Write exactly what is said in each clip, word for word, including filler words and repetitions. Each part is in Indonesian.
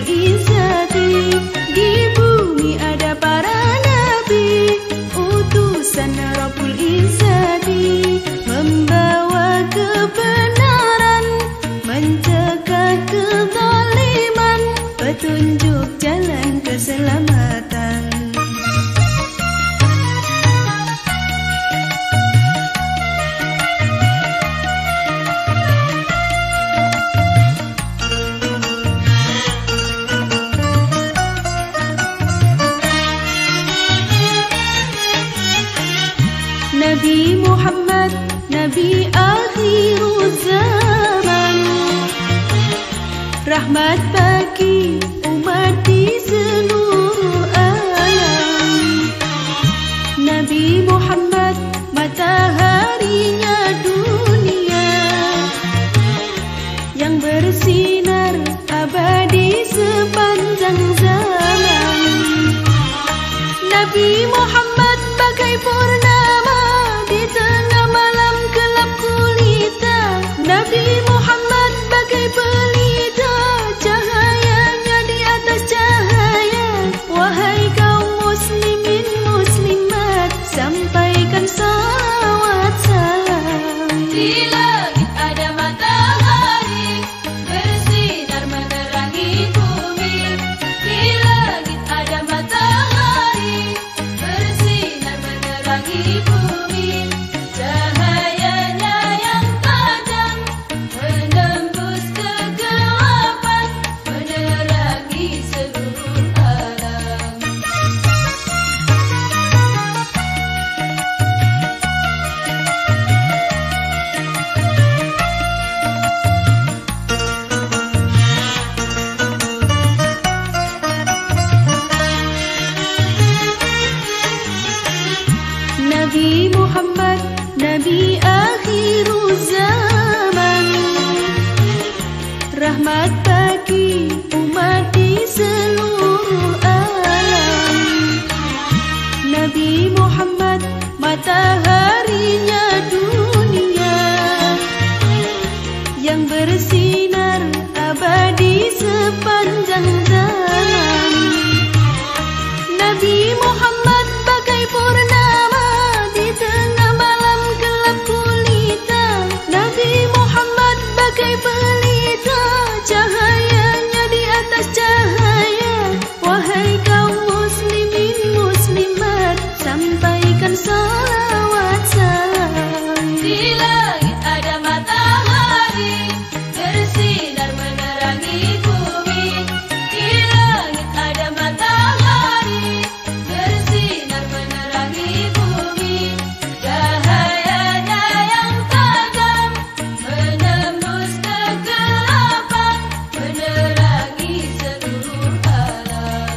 Izzati. Di bumi ada para nabi, utusan Rabbul Izzati, membawa kebenaran, mencegah kezaliman, petunjuk jalan keselamatan. Nabi Muhammad, Nabi akhirul zaman, rahmat bagi umat di seluruh alam. Nabi Muhammad, mataharinya dunia, yang bersinar abadi sepanjang zaman. Nabi Muhammad bagai purnama di tengah malam gelap gulita. Nabi Muhammad bagai pelita, cahayanya di atas cahaya. Wahai kaum muslimin muslimat, sampaikan salawat salam. Di langit ada matahari, bersinar menerangi bumi. Di langit ada matahari, bersinar menerangi bumi. Cahayanya yang tajam, menembus kegelapan, menerangi seluruh alam. Nabi Muhammad, Nabi akhirul zaman, rahmat bagi umat di seluruh alam. Nabi Muhammad, mataharinya dunia, yang bersinar abadi sepanjang zaman. Nabi Muhammad bagai purnama di tengah malam gelap gulita. Nabi Muhammad bagai pelita, cahayanya di atas cahaya. Wahai kaum muslimin muslimat, sampaikan salawat salam. Di langit ada matahari, bersinar menerangi bumi. Di langit ada matahari, bersinar menerangi bumi. Cahayanya yang tajam, menembus kegelapan, menerangi seluruh alam.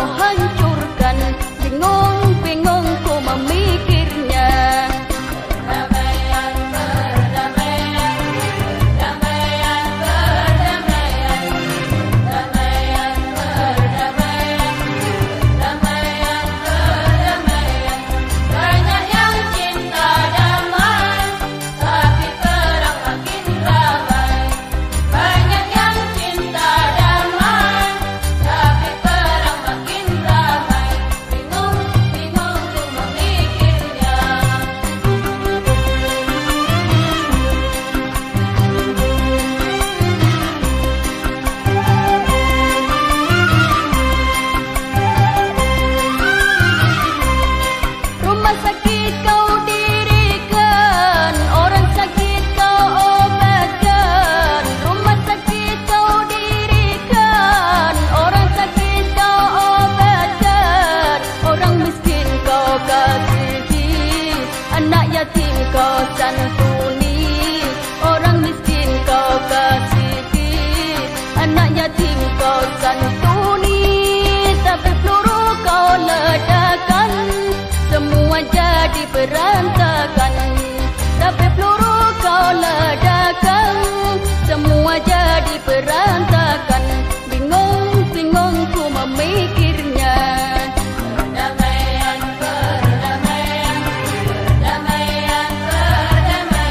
hancurkan. Bingung-bingung ku memikirnya. Perdamaian, perdamaian, perdamaian, perdamaian, perdamaian, perdamaian, perdamaian, perdamaian. Banyak yang cinta damai, tapi perang makin ramai. Banyak yang cinta damai, tapi perang makin ramai. Bingung-bingung ku memikirnya. Rumah sakit kau dirikan, orang sakit kau obatkan. Rumah sakit kau dirikan, orang sakit kau obatkan. Orang miskin kau kasihi, anak yatim kau santuni. Orang miskin kau kasihi, anak yatim kau santuni. Tapi peluru kau ledakan, semua jadi berantakan. Tapi peluru kau ledakan, semua jadi berantakan. Bingung-bingung ku memikirnya. Perdamaian, perdamaian, perdamaian, perdamaian,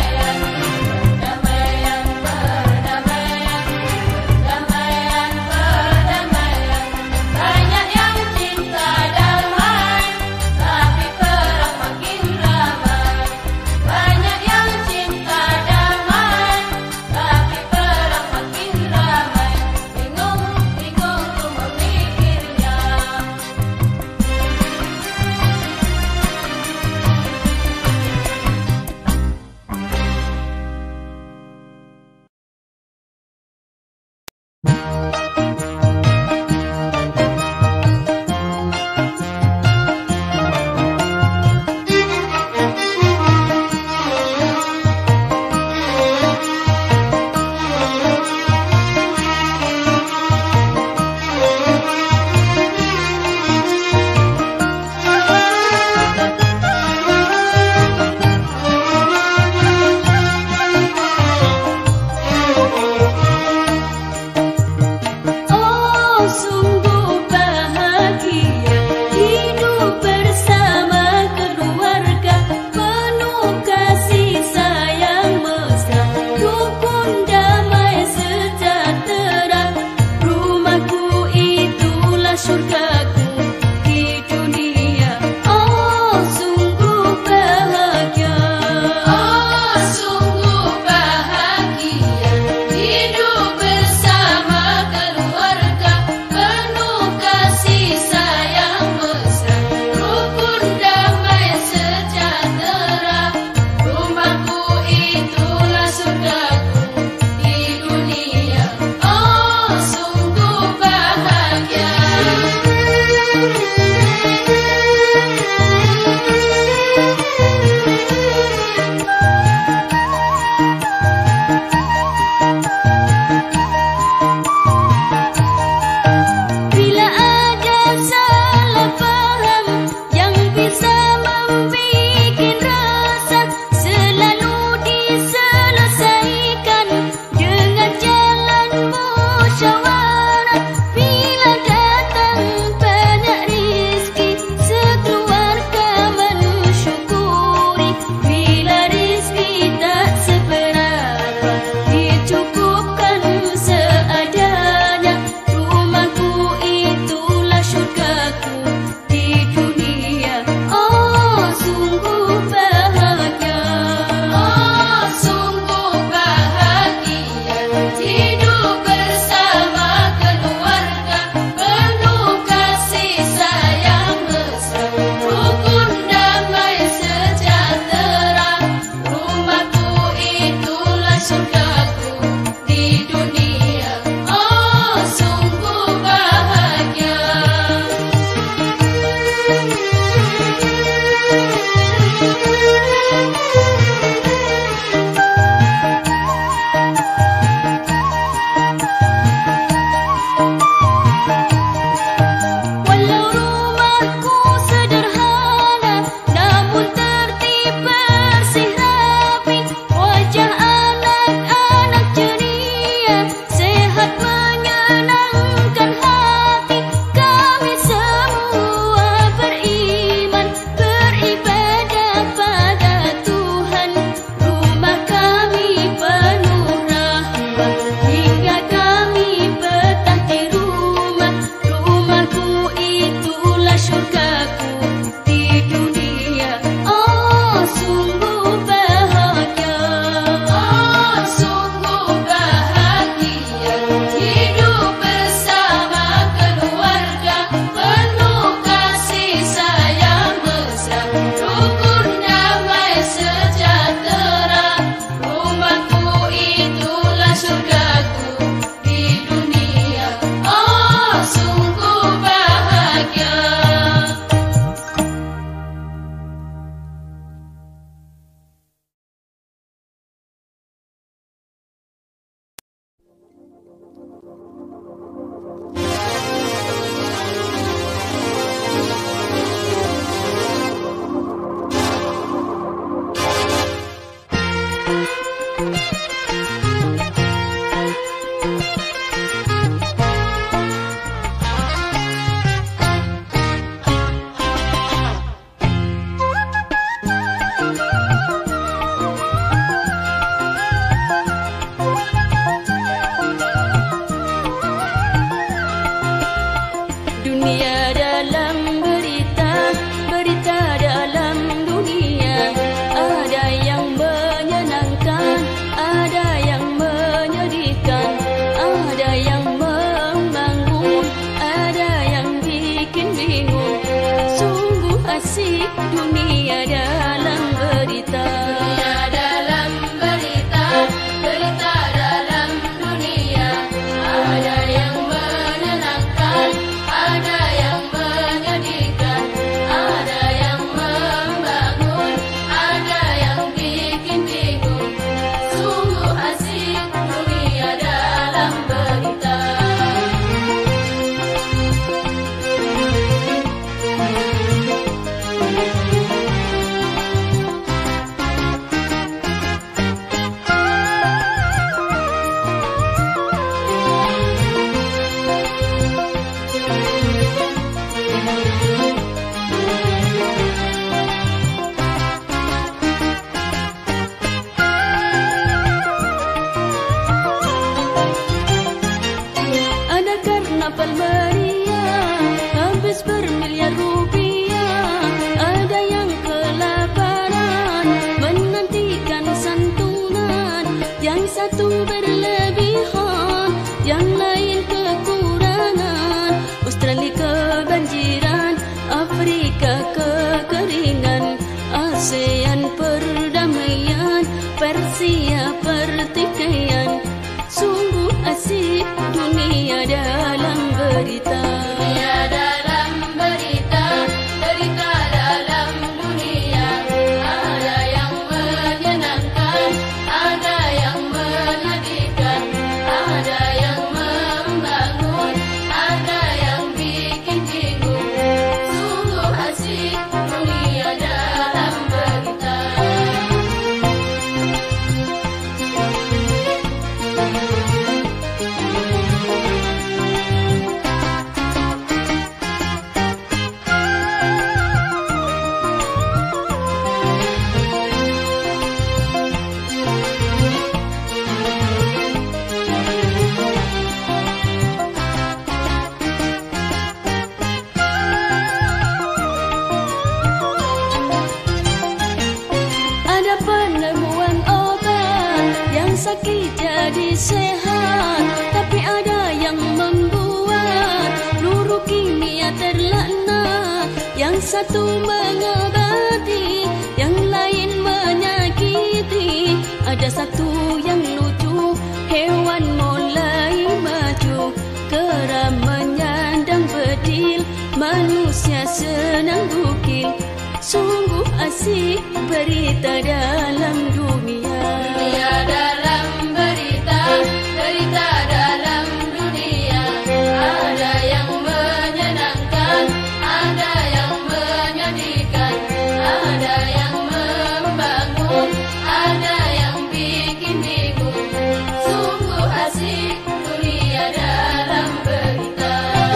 dunia dalam berita, berita dalam dunia. Ada yang menyenangkan, ada yang menyedihkan, ada yang membangun, ada yang bikin bingung. Sungguh asik dunia dalam berita. Dunia dalam berita, berita dalam dunia. Ada yang menyenangkan, ada yang menyedihkan, ada yang membangun, ada yang bikin bingung. Sungguh asik dunia dalam berita. Ada karnaval meriah, habis bermiliar rupiah. Ada yang kelaparan, menantikan santunan. Yang satu berlebihan, yang lain kekurangan. Australia kebanjiran, Afrika kekeringan, ASEAN perdamaian, Persia pertikaian. Sungguh asik dunia dalam berita. Dunia dalam berita, berita dalam dunia. Ada yang menyenangkan, ada yang menyedihkan, ada yang membangun, ada yang bikin bingung. Sungguh asik dunia dalam berita. Ada penemuan obat yang sakit jadi sehat, tapi ada yang membuat peluru kimia terlaknat. Yang satu mengobati, yang lain menyakiti. Ada satu yang lucu, hewan mulai maju, kera menyandang bedil, manusia senang bukil. Sungguh asik berita dalam dunia. Dunia dalam berita, berita dalam dunia. Ada yang menyenangkan, ada yang menyedihkan, ada yang membangun, ada yang bikin bingung. Sungguh asik dunia dalam berita.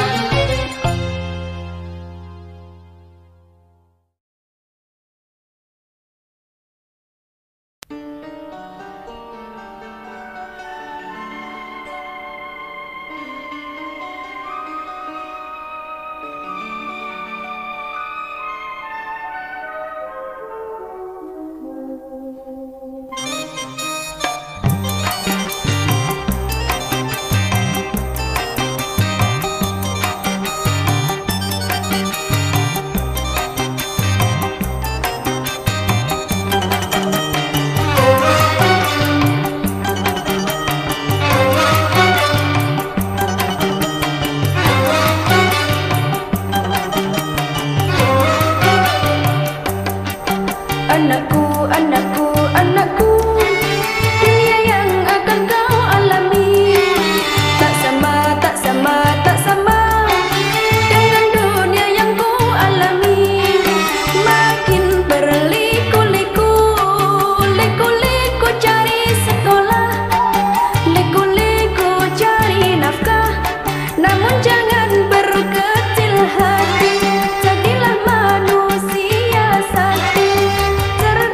Anakku, anakku, anakku, dunia yang akan kau alami tak sama, tak sama, tak sama dengan dunia yang ku alami. Makin berliku-liku, liku-liku cari sekolah, liku-liku cari nafkah. Namun jangan berkecil hati, jadilah manusia sakti.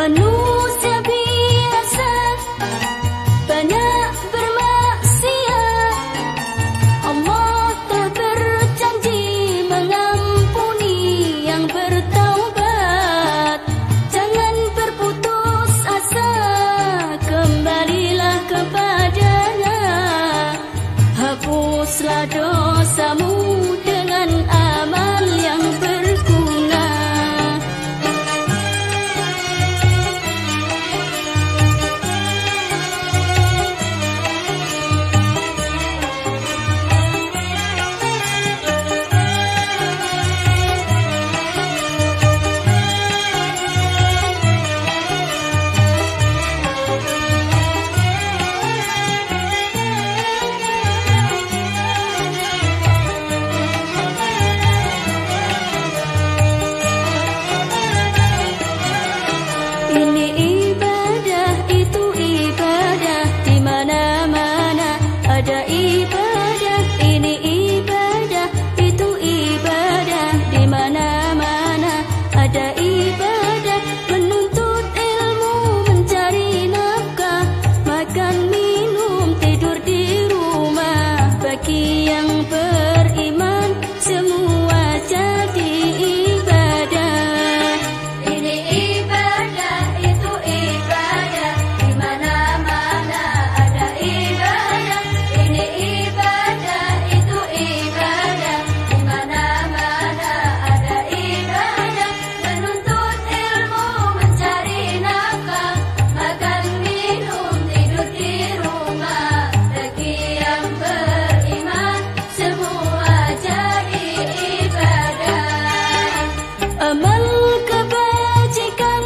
Manusia biasa banyak bermaksiat. Allah telah berjanji mengampuni yang bertaubat. Jangan berputus asa, kembalilah kepadanya. Hapuslah dosamu dengan amal yang berguna. Ini ibadah, itu ibadah, di mana-mana ada ibadah. Ini ibadah, itu ibadah, di mana-mana ada ibadah. Menuntut ilmu, mencari nafkah, makan minum, tidur di rumah. Bagi yang beriman, semua jadi ibadah. Ini ibadah, itu ibadah, di mana-mana ada ibadah. Ini ibadah, itu ibadah, di mana-mana ada ibadah. Menuntut ilmu, mencari nafkah, makan minum, tidur di rumah. Bagi yang beriman, semua jadi ibadah. Amal kebajikan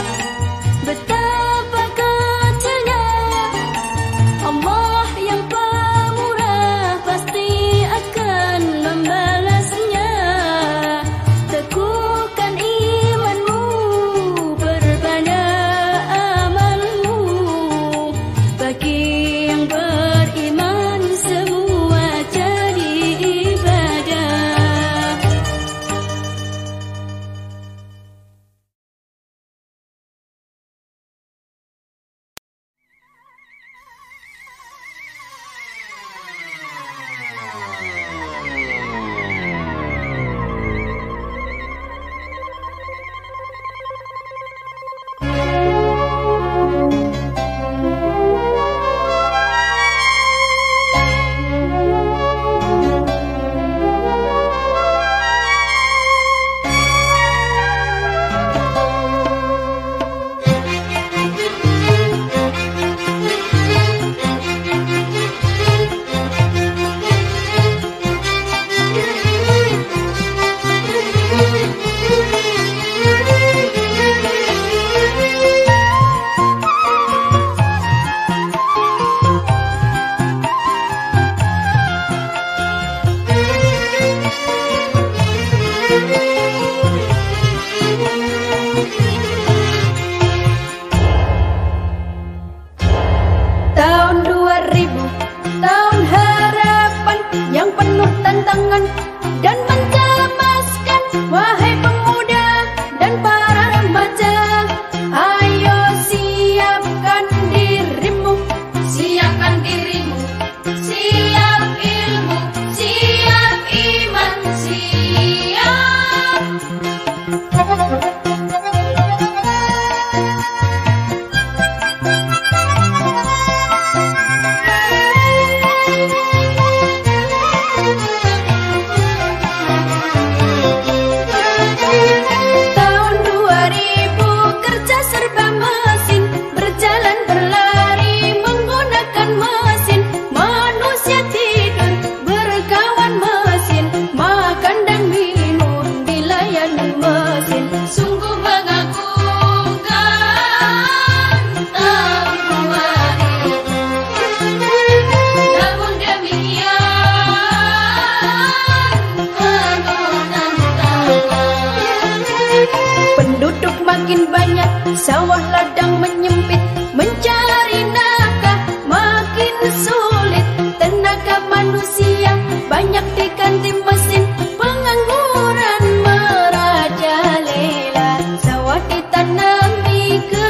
betapa kecilnya, Allah yang pemurah pasti akan membalasnya. Teguhkan imanmu, perbanyak amalmu. Bagi yang beriman, semua jadi ibadah. Tahun dua ribu, tahun harapan yang penuh tantangan dan mencemaskan. Wahai pemuda dan para remaja, ayo siapkan dirimu, siapkan dirimu, siap ilmu, siap iman, siap. Tahun dua ribu kerja serba mesin, berjalan berlari menggunakan mesin. Manusia tidur berkawan mesin, makan dan minum dilayani mesin. Sungguh mengagumkan tahun dua ribu. Namun demikian penuh tantangan. Penduduk makin banyak, sawah ladang menyempit, mencari nafkah makin sulit. Tenaga manusia banyak diganti mesin, pengangguran merajalela. Sawah ditanami ke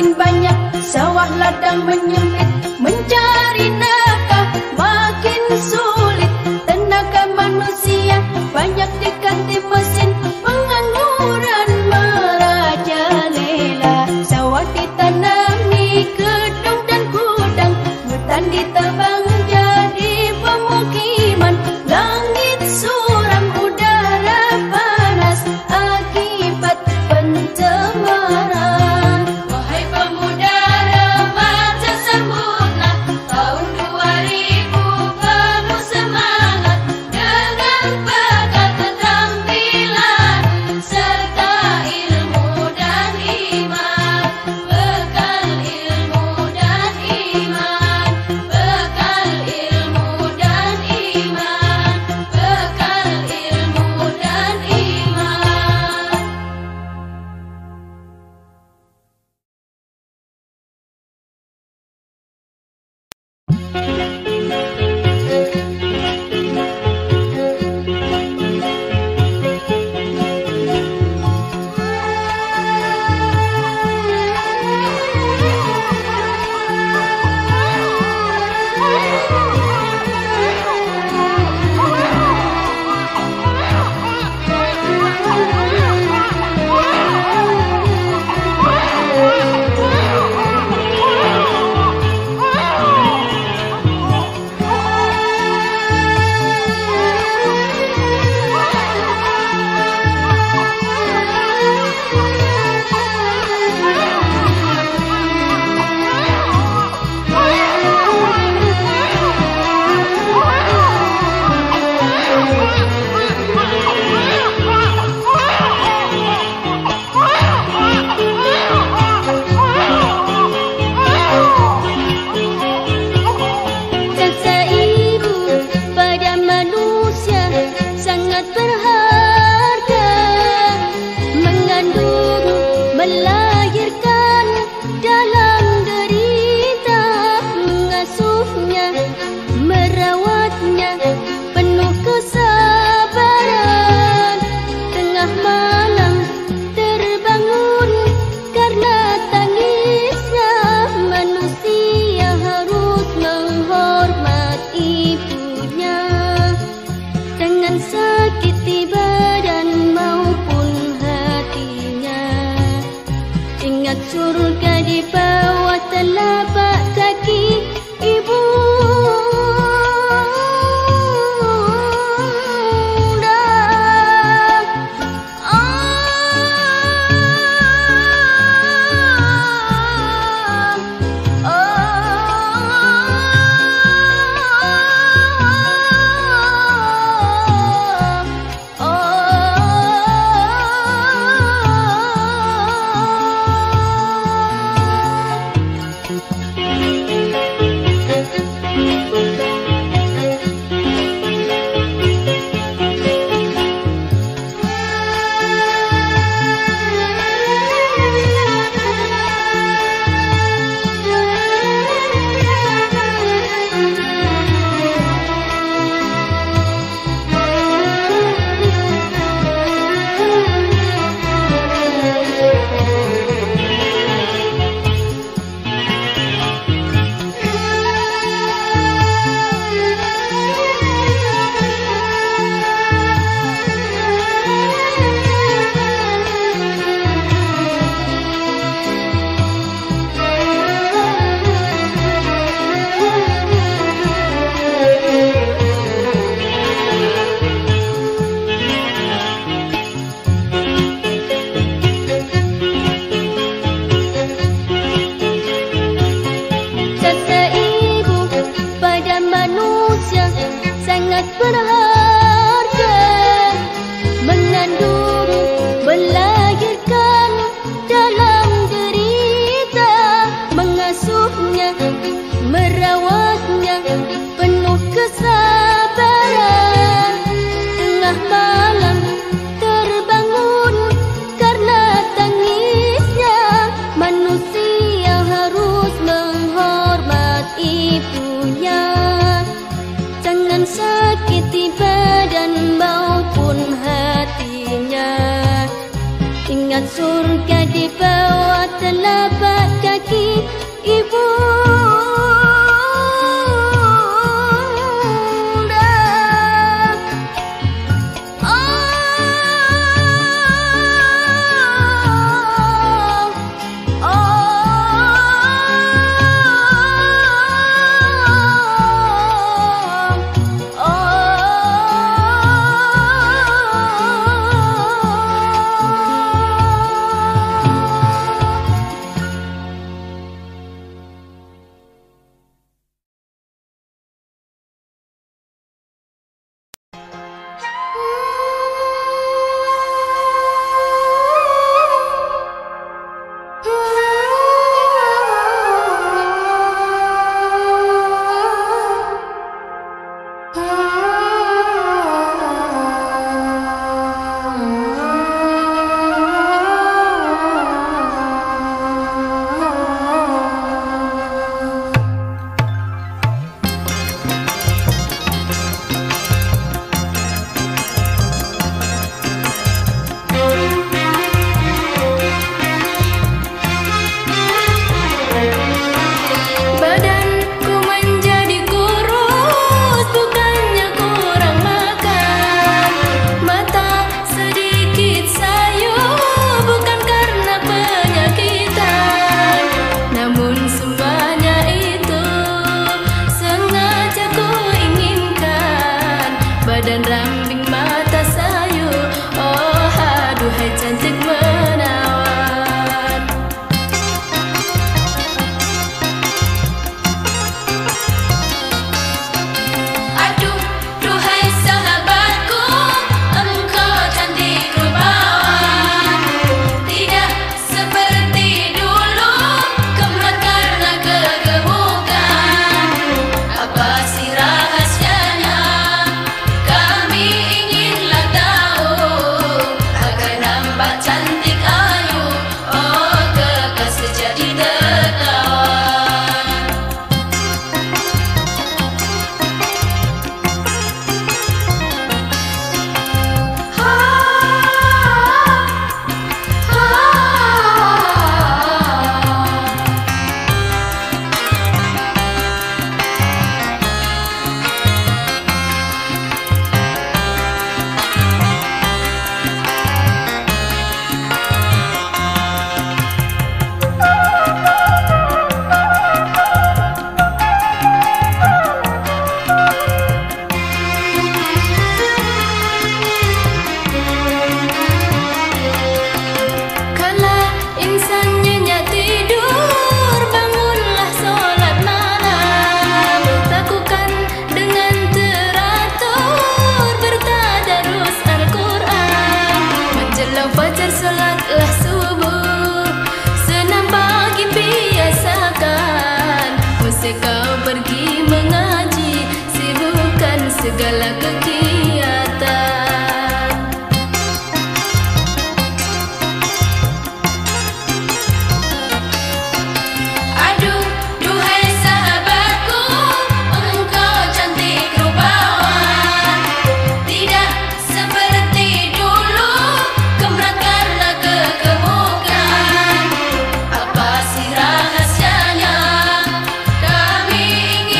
makin banyak, sawah ladang menyempit, mencari nafkah makin sulit. Tenaga manusia banyak diganti mesin, pengangguran merajalela. Sawah ditanami gedung dan gudang, hutan ditebang jadi pemukiman. Langit suram, udara panas akibat pencemaran. Wahai pemuda remaja, sambutlah tahun dua ribu penuh semangat, dengan bekal keterampilan serta ilmu dan iman. Bekal ilmu dan iman, bekal ilmu dan iman, bekal ilmu dan iman. Jasa ibu pada manusia sangat berharga, mengandung, melahirkan dalam derita, mengasuhnya, merawatnya penuh kesabaran. Tengah malam terbangun karena tangisnya, manusia harus menghormat ibunya. Jangan sakiti badan maupun hatinya. Ingat surga di bawah telapak kaki ibu. Jasa ibu pada manusia sangat berharga, mengandung, melahirkan dalam derita, mengasuhnya, merawatnya penuh kesabaran. Tengah malam terbangun karena tangisnya, manusia harus menghormat ibunya. Jangan sakiti badan maupun hatinya. Ingat surga di bawah telapak kaki dan rambing mata sayu. Oh aduhai cantik menawan. Aduh, duhai sahabatku, engkau cantik rupawan. Tidak seperti dulu, kemerat karena kegemukan. Apa sih rahasianya? Kami inginlah tahu, agar nampak cantik ayu. Oh kekal sejadi tertawan. Ha, ha, ha. Kala insan nyenyak tidur, bangunlah solat malam. Lakukan dengan teratur, bertadarus Al-Quran. Menjelang fajar solatlah subuh, senam pagi biasakan. Usai kau pergi mengaji, sibukkan segala kegiatan. Aduh, duhai sahabatku, engkau cantik rupawan. Tidak seperti dulu, kemerat karena kegemukan. Apa sih rahasianya? Kami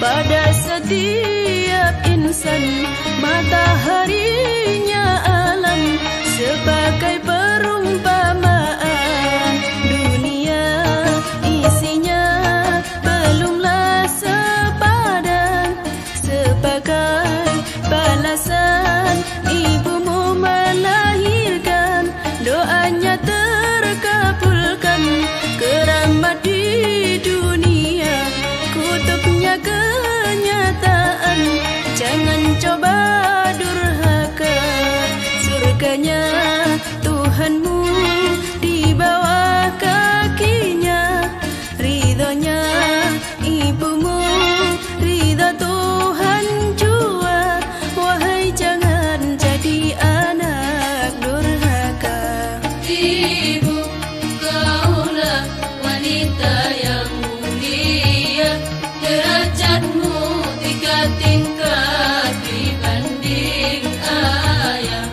pada setiap insan. Mataharinya alam sebagai perumpamaan. Dunia isinya belumlah sepadan, sebagai balasan ibumu melahirkan. Doanya terkabulkan, keramat di dunia, kutubnya kenyataan. Jangan coba durhaka, surganya Tuhanmu di bawah kakinya. Ridhonya ibumu, ridho Tuhan jua. Wahai jangan jadi anak durhaka. Ibu, kaulah wanita yang mulia, derajatmu tiga tingkat dibanding ayah.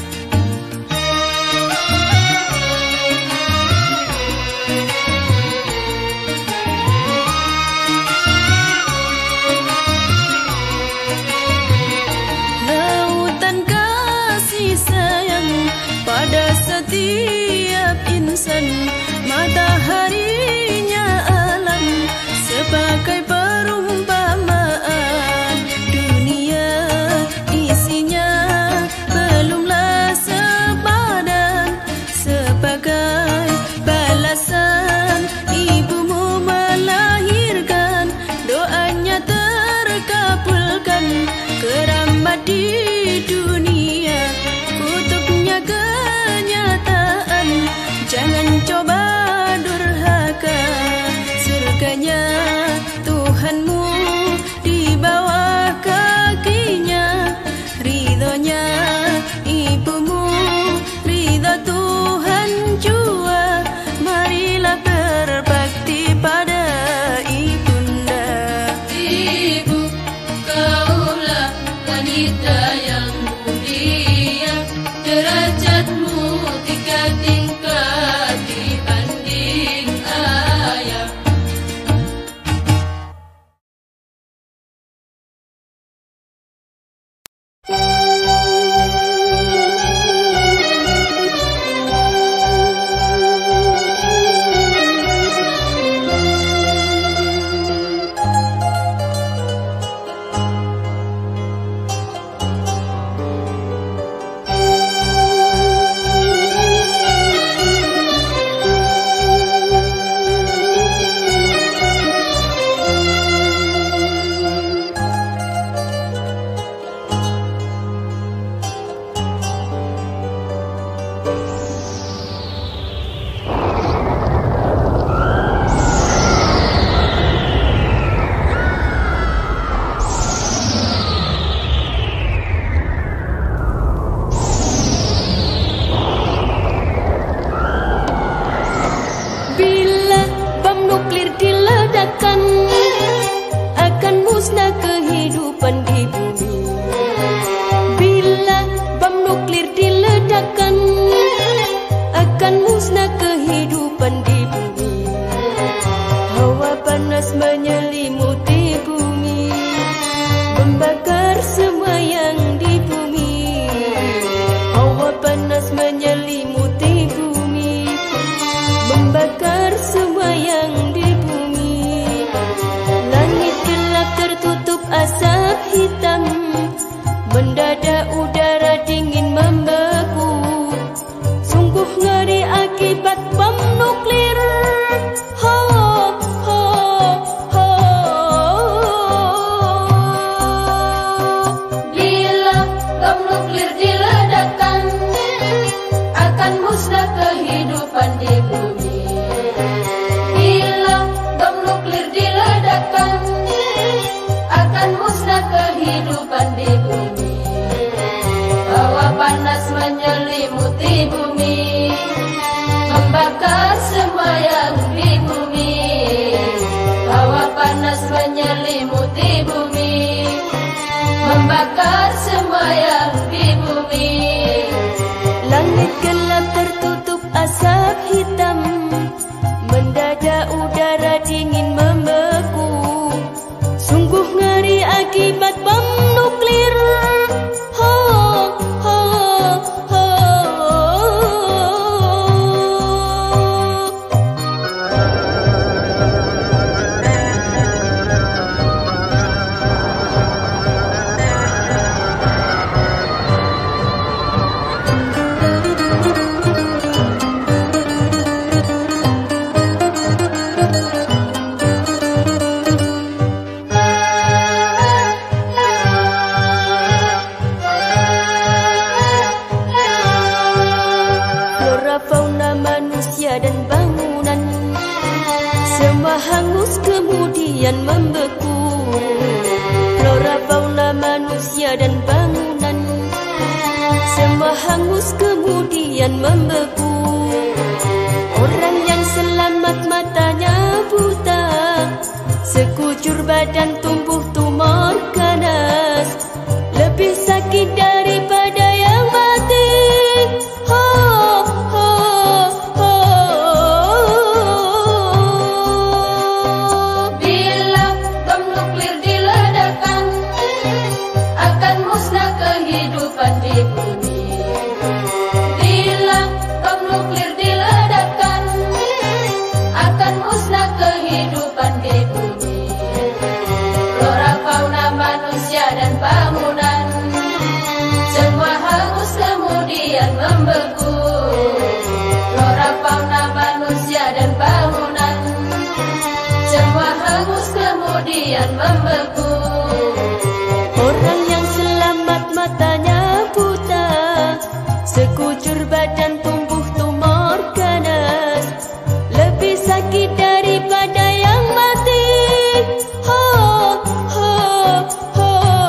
Lautan kasih sayang pada setiap insan. Mataharinya alam sebagai perumpamaan. Dunia isinya belumlah sepadan, sebagai balasan ibumu melahirkan. Doanya terkabulkan, keramat di dunia, kutubnya kenyataan. Jangan coba durhaka, surganya Tuhanmu di bawah kakinya. Ridhonya ibumu, ridho Tuhan jua. Marilah berbakti pada ibunda. Ibu, kaulah wanita yang mulia, derajatmu tiga tingkat dibanding ayah. Bila bom nuklir diledakkan, akan musnah kehidupan di bumi. Bila bom nuklir diledakkan, akan musnah kehidupan di bumi. Hawa panas menyelimuti bumi, membakar semua yang di bumi. Hawa panas menyelimuti bumi, membakar semua yang di bumi. Langit gelap tertutup asap hitam, mendadak udara dingin membeku. Sungguh ngeri akibat bom nuklir. Ho, ho, ho. Bila bom nuklir diledakkan, akan musnah kehidupan di bumi. Bila bom nuklir diledakkan, akan musnah kehidupan di bumi. Hawa panas menyelimuti bumi, membakar semua yang di bumi. Hawa panas menyelimuti bumi, membakar semua yang di bumi. Langit gelap tertutup asap hitam, mendadak udara dingin membeku. Sungguh ngeri flora fauna manusia dan bangunan semua hangus kemudian membeku. Flora fauna manusia dan bangunan semua hangus kemudian membeku. Orang yang selamat matanya buta, sekujur badan tumbuh tumor ganas, lebih sakit daripada yang mati. Ho, ho, ho. Bila bom nuklir diledakkan, akan musnah kehidupan di bumi. Bila bom nuklir diledakkan, akan musnah kehidupan di bumi. Flora fauna manusia dan bangunan semua hangus kemudian membeku. Flora fauna manusia dan bangunan semua hangus kemudian membeku. Orang yang selamat matanya buta, sekujur badan tumbuh tumor ganas, lebih sakit daripada yang mati. Ho, ho, ho.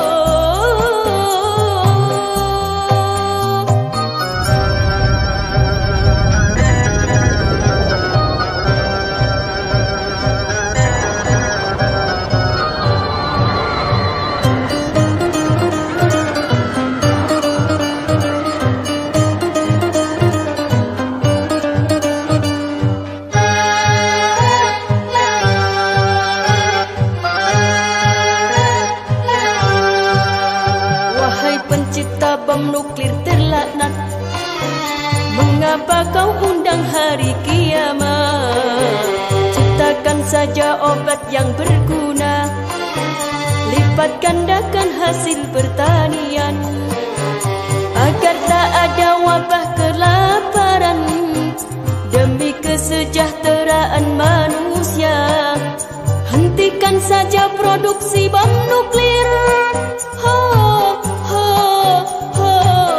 Wahai pencipta bom nuklir terlaknat, mengapa kau undang hari kiamat? Ciptakan saja obat yang berguna, lipat gandakan hasil pertanian, agar tak ada wabah kelaparan, demi kesejahteraan manusia. Hentikan saja produksi bom nuklir. Ho, ho, ho.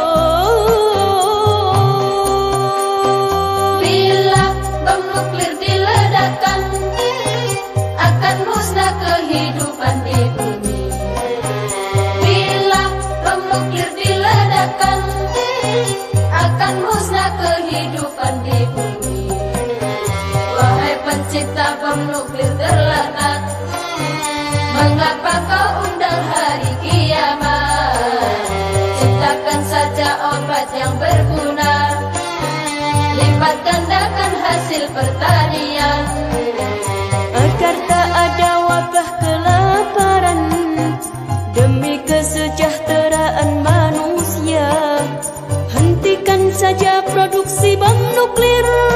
Bila bom nuklir diledakkan, akan musnah kehidupan di bumi. Bila bom nuklir diledakkan, akan musnah kehidupan di bumi. Wahai pencipta bom nuklir terlaknat, mengapa kau undang hari kiamat? Ciptakan saja obat yang berguna, lipat gandakan hasil pertanian, Agar tak ada wabah kelaparan, demi kesejahteraan manusia. Hentikan saja produksi bom nuklir.